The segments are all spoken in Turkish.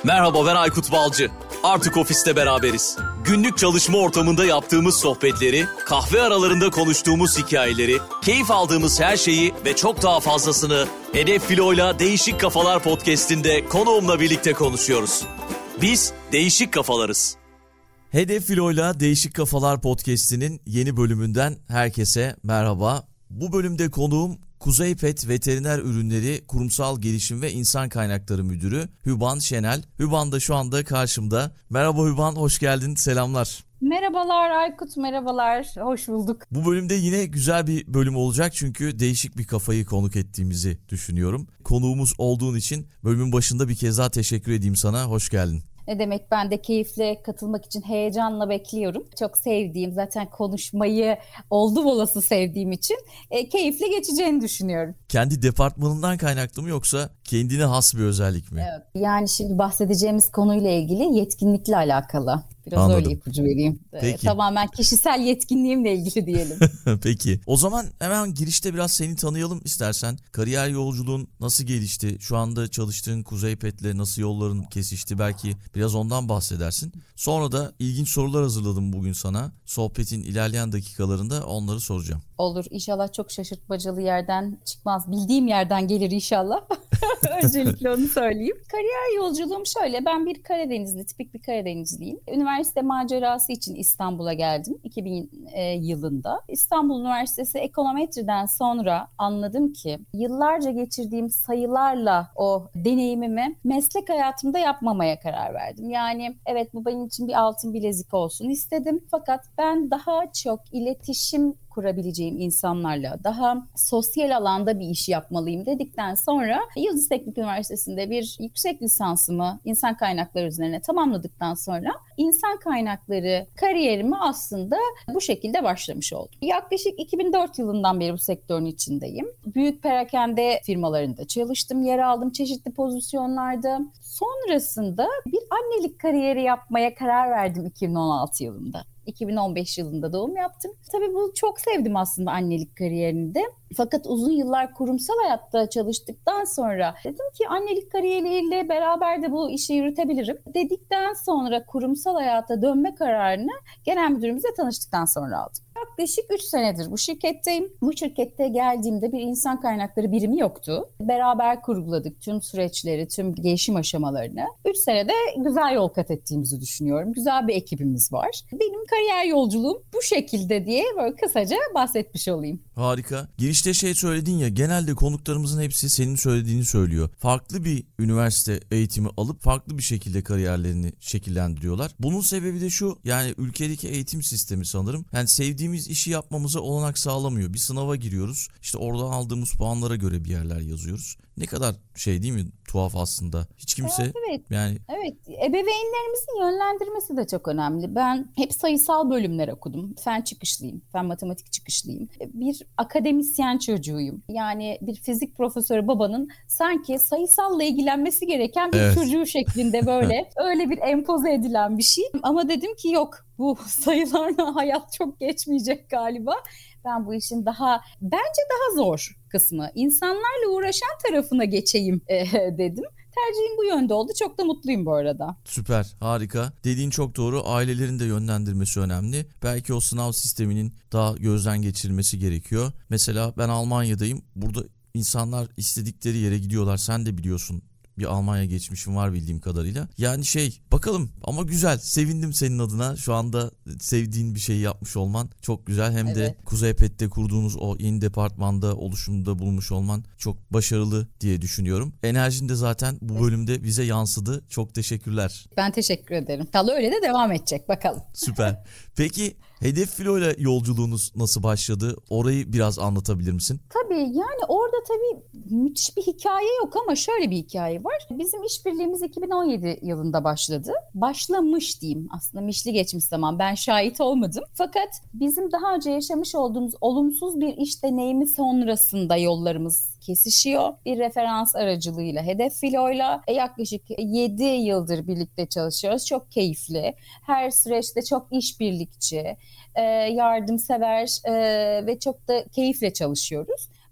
Merhaba, ben Aykut Balcı. Artık ofiste beraberiz. Günlük çalışma ortamında yaptığımız sohbetleri, kahve aralarında konuştuğumuz hikayeleri, keyif aldığımız her şeyi ve çok daha fazlasını Hedef Filo'yla Değişik Kafalar podcast'inde konuğumla birlikte konuşuyoruz. Biz değişik kafalarız. Hedef Filo'yla Değişik Kafalar podcast'inin yeni bölümünden herkese merhaba. Bu bölümde konuğum Kuzey Pet Veteriner Ürünleri Kurumsal Gelişim ve İnsan Kaynakları Müdürü Hüban Şenel. Hüban da şu anda karşımda. Merhaba Hüban, hoş geldin, selamlar. Merhabalar Aykut, merhabalar. Hoş bulduk. Bu bölümde yine güzel bir bölüm olacak çünkü değişik bir kafayı konuk ettiğimizi düşünüyorum. Konuğumuz olduğun için bölümün başında bir kez daha teşekkür edeyim sana, hoş geldin. Ne demek, ben de keyifle katılmak için heyecanla bekliyorum. Çok sevdiğim, zaten konuşmayı oldum olası sevdiğim için keyifle geçeceğini düşünüyorum. Kendi departmanından kaynaklı mı yoksa kendine has bir özellik mi? Evet. Yani şimdi bahsedeceğimiz konuyla ilgili yetkinlikle alakalı. Biraz Anladım. Öyle ipucu vereyim. Peki. Tamamen kişisel yetkinliğimle ilgili diyelim. Peki. O zaman hemen girişte biraz seni tanıyalım istersen. Kariyer yolculuğun nasıl gelişti? Şu anda çalıştığın Kuzey Pet'le nasıl yolların kesişti? Belki biraz ondan bahsedersin. Sonra da ilginç sorular hazırladım bugün sana. Sohbetin ilerleyen dakikalarında onları soracağım. Olur. İnşallah çok şaşırtmacalı yerden çıkmaz. Bildiğim yerden gelir inşallah. Öncelikle onu söyleyeyim. Kariyer yolculuğum şöyle. Ben bir Karadenizli, tipik bir Karadenizliyim. Üniversite macerası için İstanbul'a geldim 2000 yılında. İstanbul Üniversitesi Ekonometri'den sonra anladım ki yıllarca geçirdiğim sayılarla o deneyimimi meslek hayatımda yapmamaya karar verdim. Yani evet, bu benim için bir altın bilezik olsun istedim. Fakat ben daha çok iletişim kurabileceğim insanlarla, daha sosyal alanda bir iş yapmalıyım dedikten sonra Yıldız Teknik Üniversitesi'nde bir yüksek lisansımı insan kaynakları üzerine tamamladıktan sonra insan kaynakları kariyerimi aslında bu şekilde başlamış oldum. Yaklaşık 2004 yılından beri bu sektörün içindeyim. Büyük perakende firmalarında çalıştım, yer aldım çeşitli pozisyonlarda. Sonrasında bir annelik kariyeri yapmaya karar verdim 2016 yılında. 2015 yılında doğum yaptım. Tabii bu çok sevdim aslında annelik kariyerini de. Fakat uzun yıllar kurumsal hayatta çalıştıktan sonra dedim ki annelik kariyeriyle beraber de bu işi yürütebilirim. Dedikten sonra kurumsal hayata dönme kararını genel müdürümüzle tanıştıktan sonra aldım. Yaklaşık 3 senedir bu şirketteyim. Bu şirkette geldiğimde bir insan kaynakları birimi yoktu. Beraber kurguladık tüm süreçleri, tüm gelişim aşamalarını. 3 senede güzel yol kat ettiğimizi düşünüyorum. Güzel bir ekibimiz var. Benim kariyer yolculuğum bu şekilde diye böyle kısaca bahsetmiş olayım. Harika. Girişte söyledin ya, genelde konuklarımızın hepsi senin söylediğini söylüyor. Farklı bir üniversite eğitimi alıp farklı bir şekilde kariyerlerini şekillendiriyorlar. Bunun sebebi de şu, yani ülkedeki eğitim sistemi sanırım. Yani sevdiğimiz işi yapmamıza olanak sağlamıyor. Bir sınava giriyoruz. İşte oradan aldığımız puanlara göre bir yerler yazıyoruz. Ne kadar değil mi? Tuhaf aslında. Hiç kimse evet. yani... Evet. Ebeveynlerimizin yönlendirmesi de çok önemli. Ben hep sayısal bölümler okudum. Fen çıkışlıyım. Fen matematik çıkışlıyım. Bir akademisyen çocuğuyum. Yani bir fizik profesörü babanın sanki sayısalla ilgilenmesi gereken bir çocuğu şeklinde böyle öyle bir empoze edilen bir şey. Ama dedim ki yok, bu sayılarla hayat çok geçmeyecek galiba. Ben bu işin bence daha zor kısmı, insanlarla uğraşan tarafına geçeyim dedim. Tercihim bu yönde oldu. Çok da mutluyum bu arada. Süper, harika. Dediğin çok doğru. Ailelerin de yönlendirmesi önemli. Belki o sınav sisteminin daha gözden geçirilmesi gerekiyor. Mesela ben Almanya'dayım. Burada insanlar istedikleri yere gidiyorlar. Sen de biliyorsun. Bir Almanya geçmişim var bildiğim kadarıyla. Yani bakalım ama güzel. Sevindim senin adına. Şu anda sevdiğin bir şey yapmış olman çok güzel. Hem de Kuzey Pet'te kurduğunuz o yeni departmanda oluşumda bulmuş olman çok başarılı diye düşünüyorum. Enerjin de zaten bu bölümde bize yansıdı. Çok teşekkürler. Ben teşekkür ederim. Tabii öyle de devam edecek bakalım. Süper. Peki Hedef Filo ile yolculuğunuz nasıl başladı? Orayı biraz anlatabilir misin? Tabii, yani orada müthiş bir hikaye yok ama şöyle bir hikaye var. Bizim işbirliğimiz 2017 yılında başladı. Başlamış diyeyim, aslında mişli geçmiş zaman, ben şahit olmadım. Fakat bizim daha önce yaşamış olduğumuz olumsuz bir iş deneyimi sonrasında yollarımız kesişiyor. Bir referans aracılığıyla Hedef Filo'yla yaklaşık 7 yıldır birlikte çalışıyoruz. Çok keyifli. Her süreçte çok işbirlikçi, yardımsever ve çok da keyifle çalışıyoruz.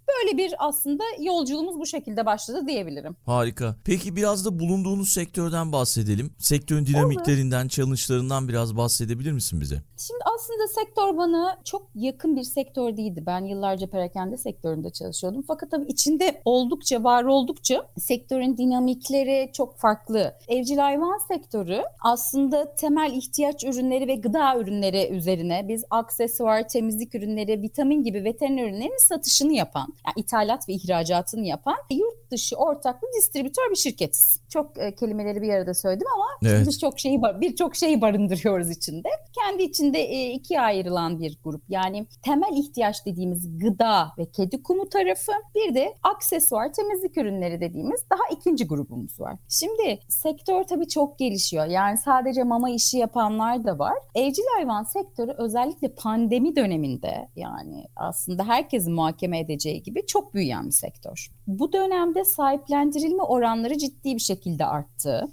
Böyle bir aslında yolculuğumuz bu şekilde başladı diyebilirim. Harika. Peki biraz da bulunduğunuz sektörden bahsedelim. Sektörün Olur. dinamiklerinden, challenge'larından biraz bahsedebilir misin bize? Şimdi aslında sektör bana çok yakın bir sektör değildi. Ben yıllarca perakende sektöründe çalışıyordum. Fakat tabii içinde oldukça, var oldukça sektörün dinamikleri çok farklı. Evcil hayvan sektörü aslında temel ihtiyaç ürünleri ve gıda ürünleri üzerine biz aksesuar, temizlik ürünleri, vitamin gibi veteriner ürünlerin satışını yapan, yani ithalat ve ihracatını yapan yurt dışı ortaklı distribütör bir şirketiz. Çok kelimeleri bir arada söyledim ama Evet. birçok şeyi barındırıyoruz içinde. Kendi içinde ikiye ayrılan bir grup. Yani temel ihtiyaç dediğimiz gıda ve kedi kumu tarafı, bir de aksesuar, temizlik ürünleri dediğimiz daha ikinci grubumuz var. Şimdi sektör tabii çok gelişiyor. Yani sadece mama işi yapanlar da var. Evcil hayvan sektörü özellikle pandemi döneminde, yani aslında herkesin muhakeme edeceği gibi çok büyüyen bir sektör. Bu dönemde sahiplendirilme oranları ciddi bir şekilde arttı.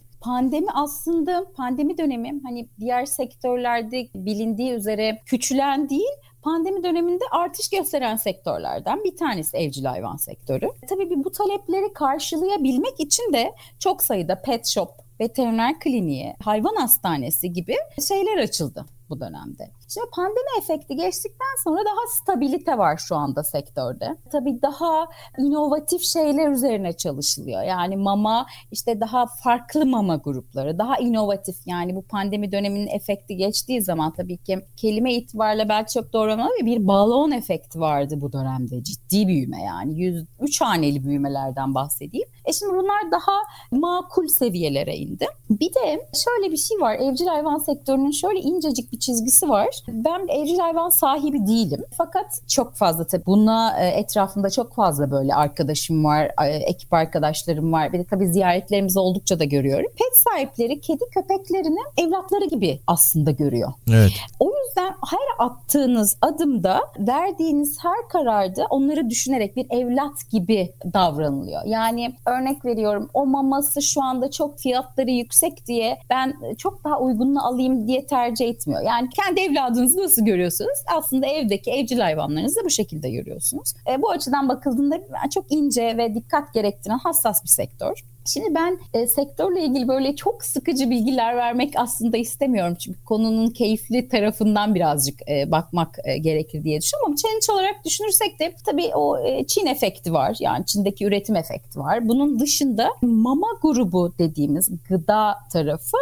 Pandemi dönemi hani diğer sektörlerde bilindiği üzere küçülen değil, pandemi döneminde artış gösteren sektörlerden bir tanesi evcil hayvan sektörü. Tabii bu talepleri karşılayabilmek için de çok sayıda pet shop, veteriner kliniği, hayvan hastanesi gibi şeyler açıldı bu dönemde. Şimdi pandemi efekti geçtikten sonra daha stabilite var şu anda sektörde. Tabii daha inovatif şeyler üzerine çalışılıyor. Yani mama, işte daha farklı mama grupları, daha inovatif. Yani bu pandemi döneminin efekti geçtiği zaman tabii ki kelime itibariyle belki çok doğru ama bir balon efekti vardı bu dönemde. Ciddi büyüme, yani 3 haneli büyümelerden bahsedeyim. Şimdi bunlar daha makul seviyelere indi. Bir de şöyle bir şey var. Evcil hayvan sektörünün şöyle incecik bir çizgisi var. Ben evcil hayvan sahibi değilim. Fakat çok fazla tabii buna etrafımda çok fazla böyle arkadaşım var, ekip arkadaşlarım var. Bir de tabii ziyaretlerimizi oldukça da görüyorum. Pet sahipleri kedi köpeklerini evlatları gibi aslında görüyor. Evet. O yüzden her attığınız adımda, verdiğiniz her kararda onları düşünerek bir evlat gibi davranılıyor. Yani örnek veriyorum, o maması şu anda çok fiyatları yüksek diye ben çok daha uygununu alayım diye tercih etmiyor. Yani kendi evladınızı nasıl görüyorsunuz? Aslında evdeki evcil hayvanlarınızı da bu şekilde görüyorsunuz. Bu açıdan bakıldığında çok ince ve dikkat gerektiren hassas bir sektör. Şimdi ben sektörle ilgili böyle çok sıkıcı bilgiler vermek aslında istemiyorum. Çünkü konunun keyifli tarafından birazcık bakmak gerekir diye düşünüyorum. Ama challenge olarak düşünürsek de tabii o Çin efekti var. Yani Çin'deki üretim efekti var. Bunun dışında mama grubu dediğimiz gıda tarafı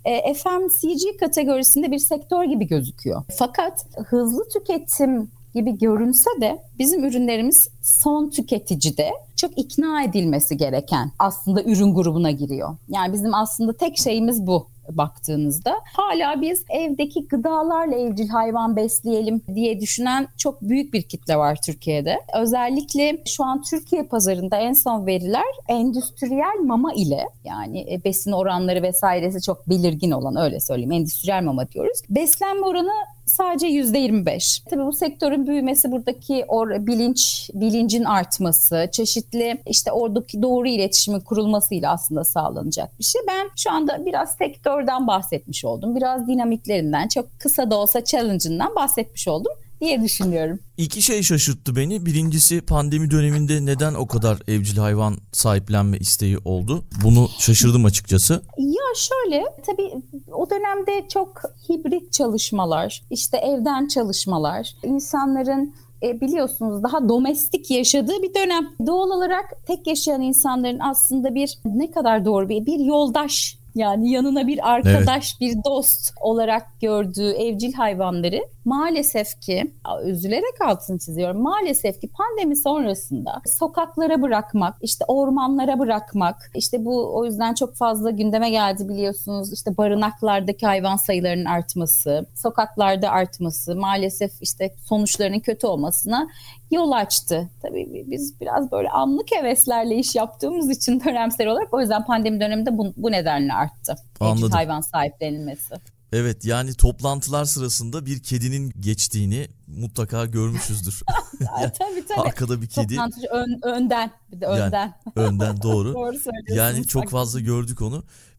FMCG kategorisinde bir sektör gibi gözüküyor. Fakat hızlı tüketim gibi görünse de bizim ürünlerimiz son tüketicide çok ikna edilmesi gereken aslında ürün grubuna giriyor. Yani bizim aslında tek şeyimiz bu baktığınızda. Hala biz evdeki gıdalarla evcil hayvan besleyelim diye düşünen çok büyük bir kitle var Türkiye'de. Özellikle şu an Türkiye pazarında en son veriler endüstriyel mama ile, yani besin oranları vesairesi çok belirgin olan, öyle söyleyeyim, endüstriyel mama diyoruz. Beslenme oranı sadece %25. Tabii bu sektörün büyümesi, buradaki bilincin artması, çeşitli işte oradaki doğru iletişimin kurulmasıyla aslında sağlanacak bir şey. Ben şu anda biraz sektörden bahsetmiş oldum. Biraz dinamiklerinden, çok kısa da olsa challenge'ından bahsetmiş oldum diye düşünüyorum. İki şey şaşırttı beni. Birincisi, pandemi döneminde neden o kadar evcil hayvan sahiplenme isteği oldu? Bunu şaşırdım açıkçası. Ya şöyle, tabii o dönemde çok hibrit çalışmalar, işte evden çalışmalar, insanların biliyorsunuz daha domestik yaşadığı bir dönem. Doğal olarak tek yaşayan insanların aslında ne kadar doğru bir yoldaş, yani yanına bir arkadaş, evet, bir dost olarak gördüğü evcil hayvanları maalesef ki, üzülerek altını çiziyorum, maalesef ki pandemi sonrasında sokaklara bırakmak, işte ormanlara bırakmak, işte bu o yüzden çok fazla gündeme geldi biliyorsunuz. İşte barınaklardaki hayvan sayılarının artması, sokaklarda artması maalesef işte sonuçlarının kötü olmasına yol açtı. Tabii biz biraz böyle anlık heveslerle iş yaptığımız için dönemsel olarak, o yüzden pandemi döneminde bu nedenle arttı. Anladım. Evcil hayvan sahiplenilmesi. Evet, yani toplantılar sırasında bir kedinin geçtiğini mutlaka görmüşüzdür. Yani tabii. Arkada bir kedi. Önden, bir de önden. Yani önden doğru. Doğru söylüyorsunuz. Yani çok fazla gördük onu.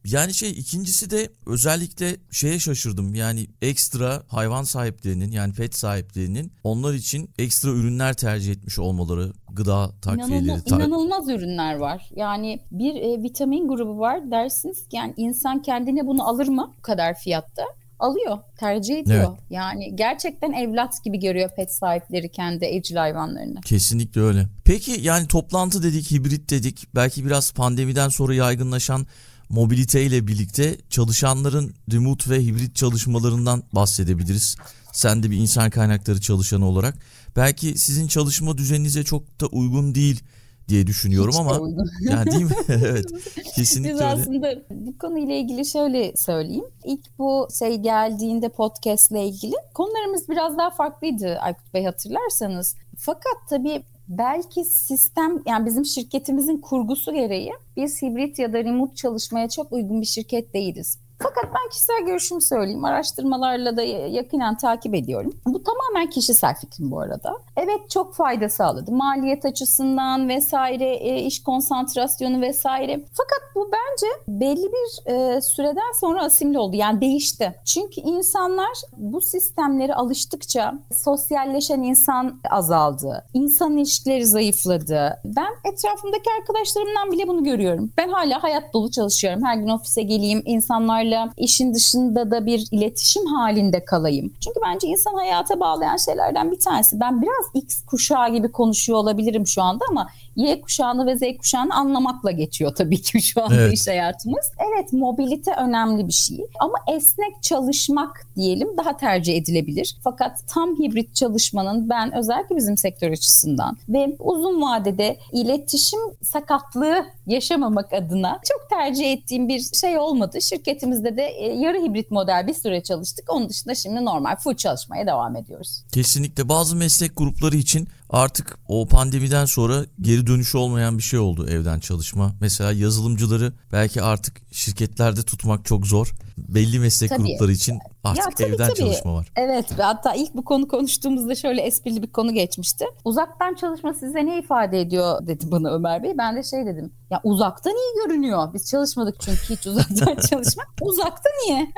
Yani ikincisi de özellikle şaşırdım. Yani ekstra hayvan sahiplerinin, yani pet sahiplerinin onlar için ekstra ürünler tercih etmiş olmaları, gıda takviyeleri. İnanılmaz ürünler var. Yani bir vitamin grubu var dersiniz ki yani insan kendine bunu alır mı bu kadar fiyatta? Alıyor, tercih ediyor. Evet. Yani gerçekten evlat gibi görüyor pet sahipleri kendi evcil hayvanlarını. Kesinlikle öyle. Peki yani toplantı dedik, hibrit dedik. Belki biraz pandemiden sonra yaygınlaşan mobiliteyle birlikte çalışanların remote ve hibrit çalışmalarından bahsedebiliriz. Sen de bir insan kaynakları çalışanı olarak. Belki sizin çalışma düzeninize çok da uygun değil diye düşünüyorum hiç ama yani değil mi? Evet, kesinlikle biz öyle. Aslında bu konuyla ilgili şöyle söyleyeyim. İlk bu geldiğinde podcast'le ilgili konularımız biraz daha farklıydı Aykut Bey, hatırlarsanız. Fakat tabii belki sistem, yani bizim şirketimizin kurgusu gereği biz hibrit ya da remote çalışmaya çok uygun bir şirket değiliz. Fakat ben kişisel görüşümü söyleyeyim. Araştırmalarla da yakinen takip ediyorum. Bu tamamen kişisel fikrim bu arada. Evet, çok fayda sağladı. Maliyet açısından vesaire, iş konsantrasyonu vesaire. Fakat bu bence belli bir süreden sonra asimile oldu. Yani değişti. Çünkü insanlar bu sistemlere alıştıkça sosyalleşen insan azaldı. İnsan ilişkileri zayıfladı. Ben etrafımdaki arkadaşlarımdan bile bunu görüyorum. Ben hala hayat dolu çalışıyorum. Her gün ofise geleyim, insanlarla işin dışında da bir iletişim halinde kalayım. Çünkü bence insan hayata bağlayan şeylerden bir tanesi. Ben biraz X kuşağı gibi konuşuyor olabilirim şu anda ama Y kuşağını ve Z kuşağını anlamakla geçiyor tabii ki şu anda iş hayatımız. Evet, mobilite önemli bir şey ama esnek çalışmak diyelim daha tercih edilebilir. Fakat tam hibrit çalışmanın ben özellikle bizim sektör açısından ve uzun vadede iletişim sakatlığı yaşamamak adına çok tercih ettiğim bir şey olmadı. Şirketimizde de yarı hibrit model bir süre çalıştık. Onun dışında şimdi normal full çalışmaya devam ediyoruz. Kesinlikle bazı meslek grupları için artık o pandemiden sonra geri dönüşü olmayan bir şey oldu evden çalışma. Mesela yazılımcıları belki artık şirketlerde tutmak çok zor. Belli meslek grupları için artık evden çalışma var. Evet, hatta ilk bu konu konuştuğumuzda şöyle esprili bir konu geçmişti. Uzaktan çalışma size ne ifade ediyor dedi bana Ömer Bey. Ben de dedim. Ya uzaktan iyi görünüyor. Biz çalışmadık çünkü hiç uzaktan çalışma. Uzaktan iyi.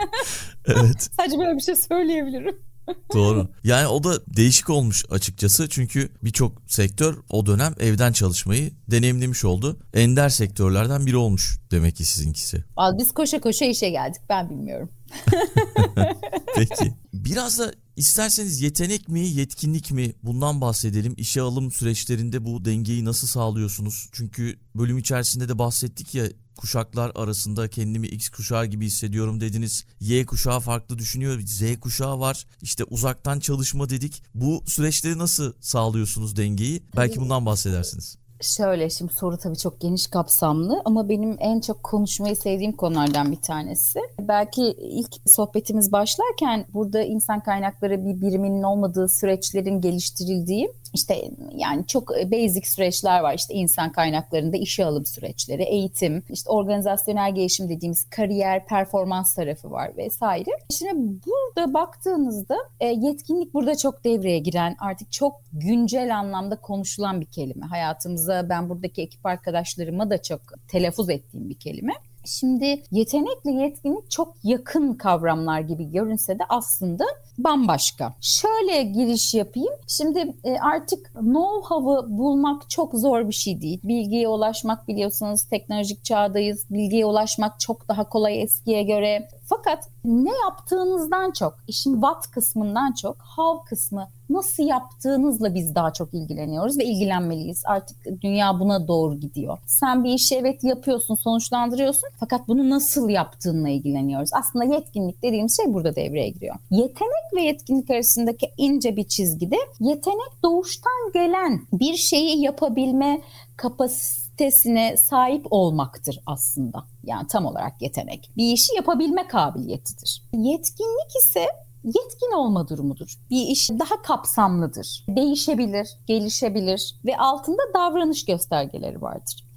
Evet. Sadece böyle bir şey söyleyebilirim. Doğru. Yani o da değişik olmuş açıkçası. Çünkü birçok sektör o dönem evden çalışmayı deneyimlemiş oldu. Ender sektörlerden biri olmuş demek ki sizinkisi. Biz koşa koşa işe geldik. Ben bilmiyorum. Peki. Biraz da isterseniz yetenek mi, yetkinlik mi? Bundan bahsedelim. İşe alım süreçlerinde bu dengeyi nasıl sağlıyorsunuz? Çünkü bölüm içerisinde de bahsettik ya, kuşaklar arasında kendimi X kuşağı gibi hissediyorum dediniz. Y kuşağı farklı düşünüyor. Z kuşağı var. İşte uzaktan çalışma dedik. Bu süreçleri nasıl sağlıyorsunuz dengeyi? Belki bundan bahsedersiniz. Şöyle, şimdi soru tabii çok geniş kapsamlı ama benim en çok konuşmayı sevdiğim konulardan bir tanesi. Belki ilk sohbetimiz başlarken burada insan kaynakları bir biriminin olmadığı süreçlerin geliştirildiği, işte yani çok basic süreçler var. İşte insan kaynaklarında işe alım süreçleri, eğitim, işte organizasyonel gelişim dediğimiz kariyer, performans tarafı var vesaire. Şimdi burada baktığınızda yetkinlik burada çok devreye giren, artık çok güncel anlamda konuşulan bir kelime. Hayatımıza, ben buradaki ekip arkadaşlarıma da çok telaffuz ettiğim bir kelime. Şimdi yetenekle yetkinlik çok yakın kavramlar gibi görünse de aslında bambaşka. Şöyle giriş yapayım. Şimdi artık know-how'ı bulmak çok zor bir şey değil. Bilgiye ulaşmak, biliyorsunuz teknolojik çağdayız. Bilgiye ulaşmak çok daha kolay eskiye göre. Fakat ne yaptığınızdan çok, işin what kısmından çok how kısmı, nasıl yaptığınızla biz daha çok ilgileniyoruz ve ilgilenmeliyiz. Artık dünya buna doğru gidiyor. Sen bir işi evet yapıyorsun, sonuçlandırıyorsun fakat bunu nasıl yaptığınla ilgileniyoruz. Aslında yetkinlik dediğimiz şey burada devreye giriyor. Yetenek ve yetkinlik arasındaki ince bir çizgide yetenek doğuştan gelen bir şeyi yapabilme kapasitesine sahip olmaktır aslında. Yani tam olarak yetenek. Bir işi yapabilme kabiliyetidir. Yetkinlik ise yetkin olma durumudur. Bir iş daha kapsamlıdır. Değişebilir, gelişebilir ve altında davranış göstergeleri vardır.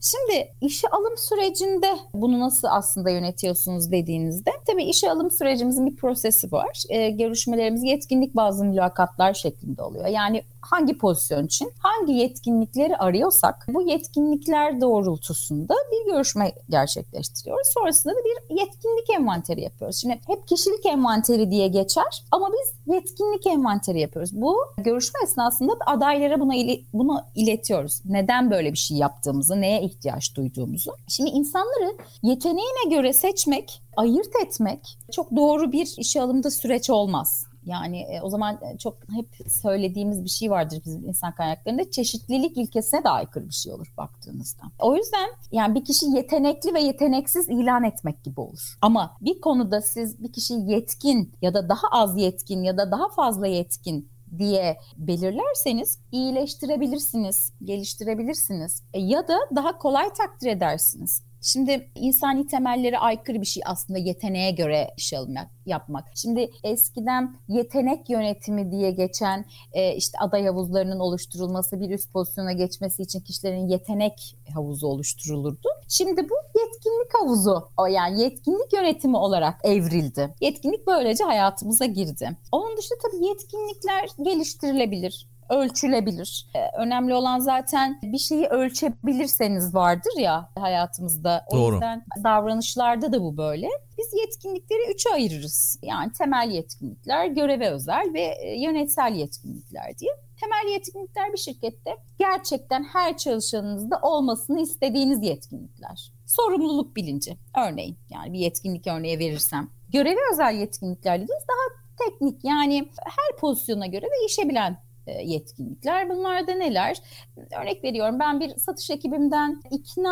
Şimdi işe alım sürecinde bunu nasıl aslında yönetiyorsunuz dediğinizde, tabii işe alım sürecimizin bir prosesi var. Görüşmelerimiz yetkinlik bazlı mülakatlar şeklinde oluyor. Yani hangi pozisyon için hangi yetkinlikleri arıyorsak bu yetkinlikler doğrultusunda bir görüşme gerçekleştiriyoruz. Sonrasında da bir yetkinlik envanteri yapıyoruz. Şimdi hep kişilik envanteri diye geçer ama biz yetkinlik envanteri yapıyoruz. Bu görüşme esnasında adaylara bunu iletiyoruz. Neden böyle bir şey yaptığımızı, neye ihtiyaç duyduğumuzu. Şimdi insanları yeteneğine göre seçmek, ayırt etmek çok doğru bir işe alımda süreç olmaz. Yani o zaman çok hep söylediğimiz bir şey vardır bizim insan kaynaklarında, çeşitlilik ilkesine de aykırı bir şey olur baktığınızda. O yüzden yani bir kişi yetenekli ve yeteneksiz ilan etmek gibi olur. Ama bir konuda siz bir kişiyi yetkin ya da daha az yetkin ya da daha fazla yetkin diye belirlerseniz iyileştirebilirsiniz, geliştirebilirsiniz ya da daha kolay takdir edersiniz. Şimdi insani temellere aykırı bir şey aslında yeteneğe göre iş alım yapmak. Şimdi eskiden yetenek yönetimi diye geçen işte aday havuzlarının oluşturulması, bir üst pozisyona geçmesi için kişilerin yetenek havuzu oluşturulurdu. Şimdi bu yetkinlik havuzu, yani yetkinlik yönetimi olarak evrildi. Yetkinlik böylece hayatımıza girdi. Onun dışında tabii yetkinlikler geliştirilebilir, ölçülebilir. Önemli olan zaten bir şeyi ölçebilirseniz vardır ya hayatımızda. O Doğru. yüzden davranışlarda da bu böyle. Biz yetkinlikleri 3'e ayırırız. Yani temel yetkinlikler, göreve özel ve yönetsel yetkinlikler diye. Temel yetkinlikler bir şirkette gerçekten her çalışanınızda olmasını istediğiniz yetkinlikler. Sorumluluk bilinci örneğin, yani bir yetkinlik örneği verirsem. Göreve özel yetkinlikler dediğimiz daha teknik, yani her pozisyona göre değişebilen yetkinlikler. Bunlar da neler? Örnek veriyorum, ben bir satış ekibimden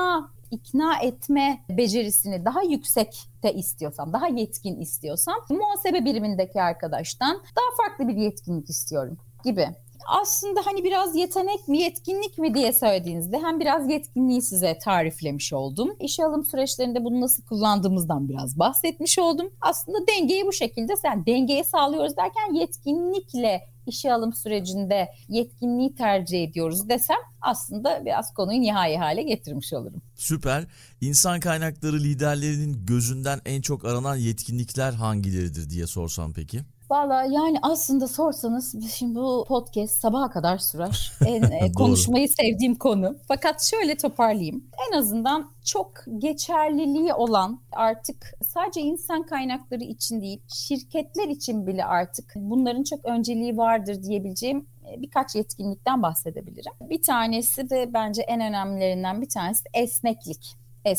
ikna etme becerisini daha yüksekte istiyorsam, daha yetkin istiyorsam, muhasebe birimindeki arkadaştan daha farklı bir yetkinlik istiyorum gibi. Aslında hani biraz yetenek mi yetkinlik mi diye söylediğinizde hem biraz yetkinliği size tariflemiş oldum. İşe alım süreçlerinde bunu nasıl kullandığımızdan biraz bahsetmiş oldum. Aslında dengeyi bu şekilde, yani dengeyi sağlıyoruz derken yetkinlikle işe alım sürecinde yetkinliği tercih ediyoruz desem aslında biraz konuyu nihai hale getirmiş olurum. Süper. İnsan kaynakları liderlerinin gözünden en çok aranan yetkinlikler hangileridir diye sorsam peki? Valla yani aslında sorsanız şimdi bu podcast sabaha kadar sürer. Konuşmayı sevdiğim konu. Fakat şöyle toparlayayım. En azından çok geçerliliği olan, artık sadece insan kaynakları için değil, şirketler için bile artık bunların çok önceliği vardır diyebileceğim birkaç yetkinlikten bahsedebilirim. Bir tanesi de bence en önemlilerinden bir tanesi esneklik.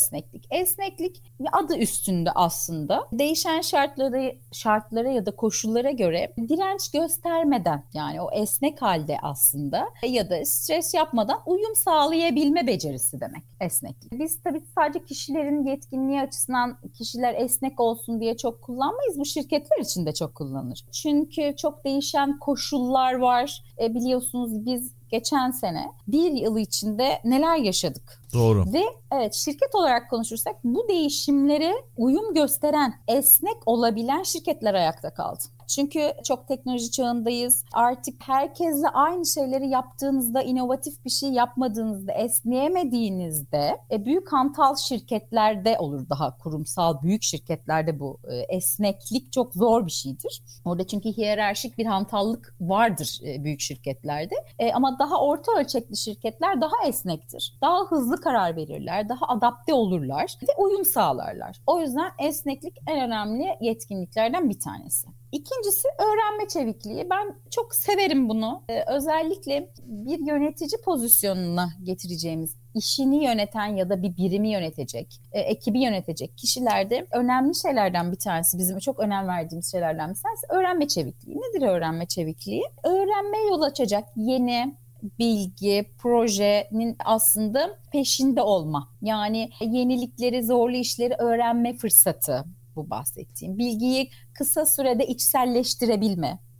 Esneklik adı üstünde aslında değişen şartlara ya da koşullara göre direnç göstermeden, yani o esnek halde aslında ya da stres yapmadan uyum sağlayabilme becerisi demek esneklik. Biz tabii sadece kişilerin yetkinliği açısından kişiler esnek olsun diye çok kullanmayız. Bu şirketler için de çok kullanılır. Çünkü çok değişen koşullar var. Biliyorsunuz biz geçen sene bir yıl içinde neler yaşadık? Doğru. Ve evet, şirket olarak konuşursak bu değişimlere uyum gösteren, esnek olabilen şirketler ayakta kaldı. Çünkü çok teknoloji çağındayız. Artık herkesle aynı şeyleri yaptığınızda, inovatif bir şey yapmadığınızda, esneyemediğinizde büyük hantal şirketlerde olur, daha kurumsal büyük şirketlerde bu esneklik çok zor bir şeydir. Orada çünkü hiyerarşik bir hantallık vardır büyük şirketlerde. Ama daha orta ölçekli şirketler daha esnektir. Daha hızlı karar verirler, daha adapte olurlar ve uyum sağlarlar. O yüzden esneklik en önemli yetkinliklerden bir tanesi. İkincisi öğrenme çevikliği. Ben çok severim bunu. Özellikle bir yönetici pozisyonuna getireceğimiz, işini yöneten ya da bir birimi yönetecek, ekibi yönetecek kişilerde önemli şeylerden bir tanesi, bizim çok önem verdiğimiz şeylerden bir tanesi öğrenme çevikliği. Nedir öğrenme çevikliği? Öğrenmeye yol açacak yeni bilgi, projenin aslında peşinde olma. Yani yenilikleri, zorlu işleri öğrenme fırsatı. Bu bahsettiğim bilgiyi kısa sürede içselleştirebilme.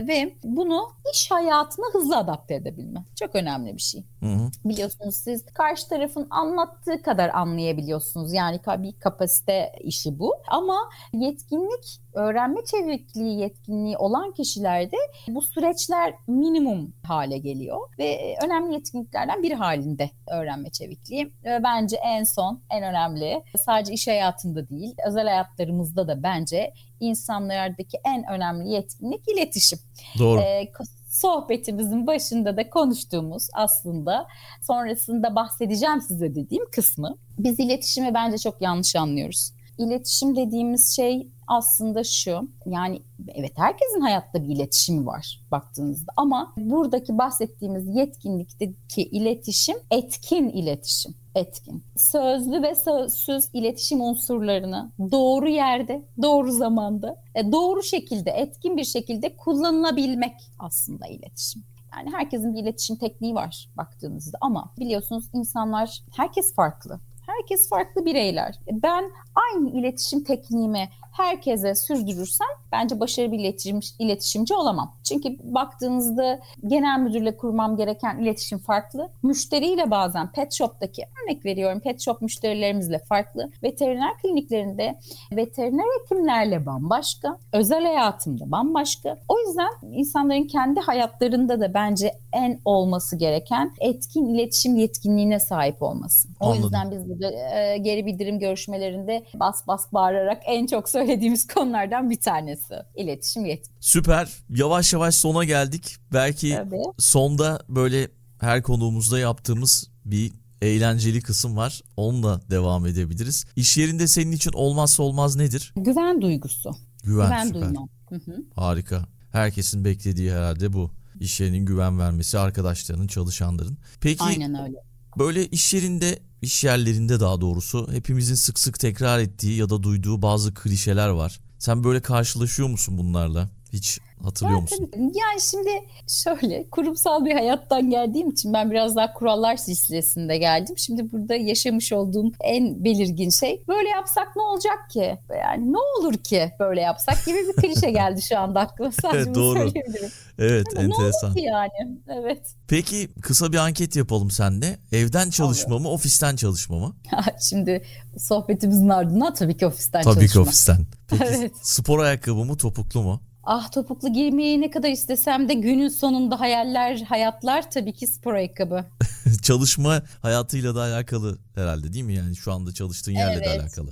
ve bunu iş hayatına hızlı adapte edebilme. Çok önemli bir şey. Biliyorsunuz siz karşı tarafın anlattığı kadar anlayabiliyorsunuz. Yani bir kapasite işi bu. Ama yetkinlik, öğrenme çevikliği yetkinliği olan kişilerde bu süreçler minimum hale geliyor ve önemli yetkinliklerden biri halinde öğrenme çevikliği. Bence en son, en önemli, sadece iş hayatında değil, özel hayatlarımızda da bence insanlardaki en önemli yetkinlik iletişim. Doğru. Sohbetimizin başında da konuştuğumuz, aslında sonrasında bahsedeceğim size dediğim kısmı, biz iletişimi bence çok yanlış anlıyoruz. İletişim dediğimiz şey aslında şu, yani evet herkesin hayatta bir iletişimi var baktığınızda ama buradaki bahsettiğimiz yetkinlikteki iletişim etkin iletişim. Etkin. Sözlü ve sözsüz iletişim unsurlarını doğru yerde, doğru zamanda, doğru şekilde, etkin bir şekilde kullanılabilmek aslında iletişim. Yani herkesin bir iletişim tekniği var baktığınızda ama biliyorsunuz insanlar, herkes farklı. Herkes farklı bireyler. Ben aynı iletişim tekniğimi herkese sürdürürsem bence başarılı bir iletişimci olamam. Çünkü baktığınızda genel müdürle kurmam gereken iletişim farklı. Müşteriyle bazen pet shop'taki, örnek veriyorum, pet shop müşterilerimizle farklı. Veteriner kliniklerinde veteriner hekimlerle bambaşka. Özel hayatımda bambaşka. O yüzden insanların kendi hayatlarında da bence en olması gereken etkin iletişim yetkinliğine sahip olması. O yüzden biz burada geri bildirim görüşmelerinde bas bas bağırarak en çok söylediğimiz konulardan bir tanesi. İletişim yetkinliği. Süper. Yavaş yavaş sona geldik. Belki sonda böyle her konuğumuzda yaptığımız bir eğlenceli kısım var. Onunla devam edebiliriz. İş yerinde senin için olmazsa olmaz nedir? Güven duygusu. Güven duyma. Harika. Herkesin beklediği herhalde bu. İş yerinin güven vermesi, arkadaşlarının, çalışanların. Peki, aynen öyle. Böyle iş yerlerinde daha doğrusu hepimizin sık sık tekrar ettiği ya da duyduğu bazı klişeler var. Sen böyle karşılaşıyor musun bunlarla? Hiç hatırlıyor musun? Tabii. Yani şimdi şöyle, kurumsal bir hayattan geldiğim için ben biraz daha kurallar silsilesinde geldim. Şimdi burada yaşamış olduğum en belirgin şey, böyle yapsak ne olacak ki? Yani ne olur ki böyle yapsak gibi bir klişe geldi şu anda aklıma. Sadece bunu söyleyebilirim. Evet, ama enteresan. Ne olur ki yani? Evet. Peki kısa bir anket yapalım seninle. Evden çalışma mı, ofisten çalışma mı? Şimdi sohbetimizin ardından tabii ki ofisten çalışma. Tabii ki ofisten. Peki evet. Spor ayakkabı mı, topuklu mu? Topuklu giymeyi ne kadar istesem de günün sonunda hayatlar tabii ki spor ayakkabı. Çalışma hayatıyla da alakalı herhalde değil mi? Yani şu anda çalıştığın yerle de alakalı.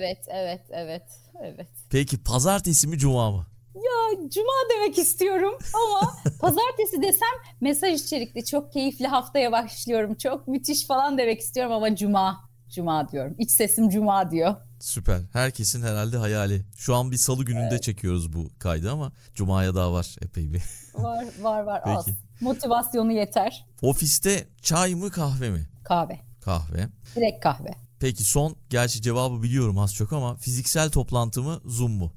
Evet. Peki pazartesi mi, cuma mı? Ya cuma demek istiyorum ama pazartesi desem mesaj içerikli, çok keyifli, haftaya başlıyorum, çok müthiş falan demek istiyorum ama cuma diyorum. İç sesim cuma diyor. Süper. Herkesin herhalde hayali. Şu an bir salı gününde çekiyoruz bu kaydı ama cumaya daha var epey bir. Var. Peki. Az. Motivasyonu yeter. Ofiste çay mı, kahve mi? Kahve. Direkt kahve. Peki son, gerçi cevabı biliyorum az çok ama fiziksel toplantı mı, Zoom mu?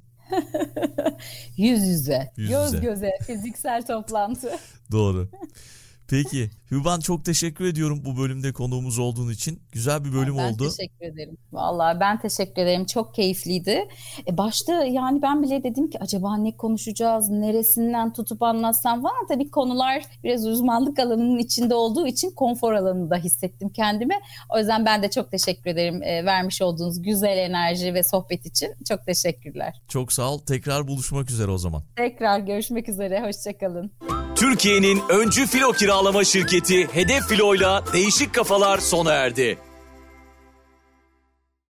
Yüz yüze. Göz göze. Fiziksel toplantı. Doğru. Peki Hüban, çok teşekkür ediyorum bu bölümde konuğumuz olduğun için. Güzel bir bölüm oldu. Ben teşekkür ederim. Vallahi ben teşekkür ederim. Çok keyifliydi. Başta yani ben bile dedim ki acaba ne konuşacağız, neresinden tutup anlatsam falan. Tabii konular biraz uzmanlık alanının içinde olduğu için konfor alanında hissettim kendimi. O yüzden ben de çok teşekkür ederim vermiş olduğunuz güzel enerji ve sohbet için. Çok teşekkürler. Çok sağ ol. Tekrar buluşmak üzere o zaman. Tekrar görüşmek üzere. Hoşçakalın. Türkiye'nin öncü filo kiralama şirketi Hedef Filo'yla Değişik Kafalar sona erdi.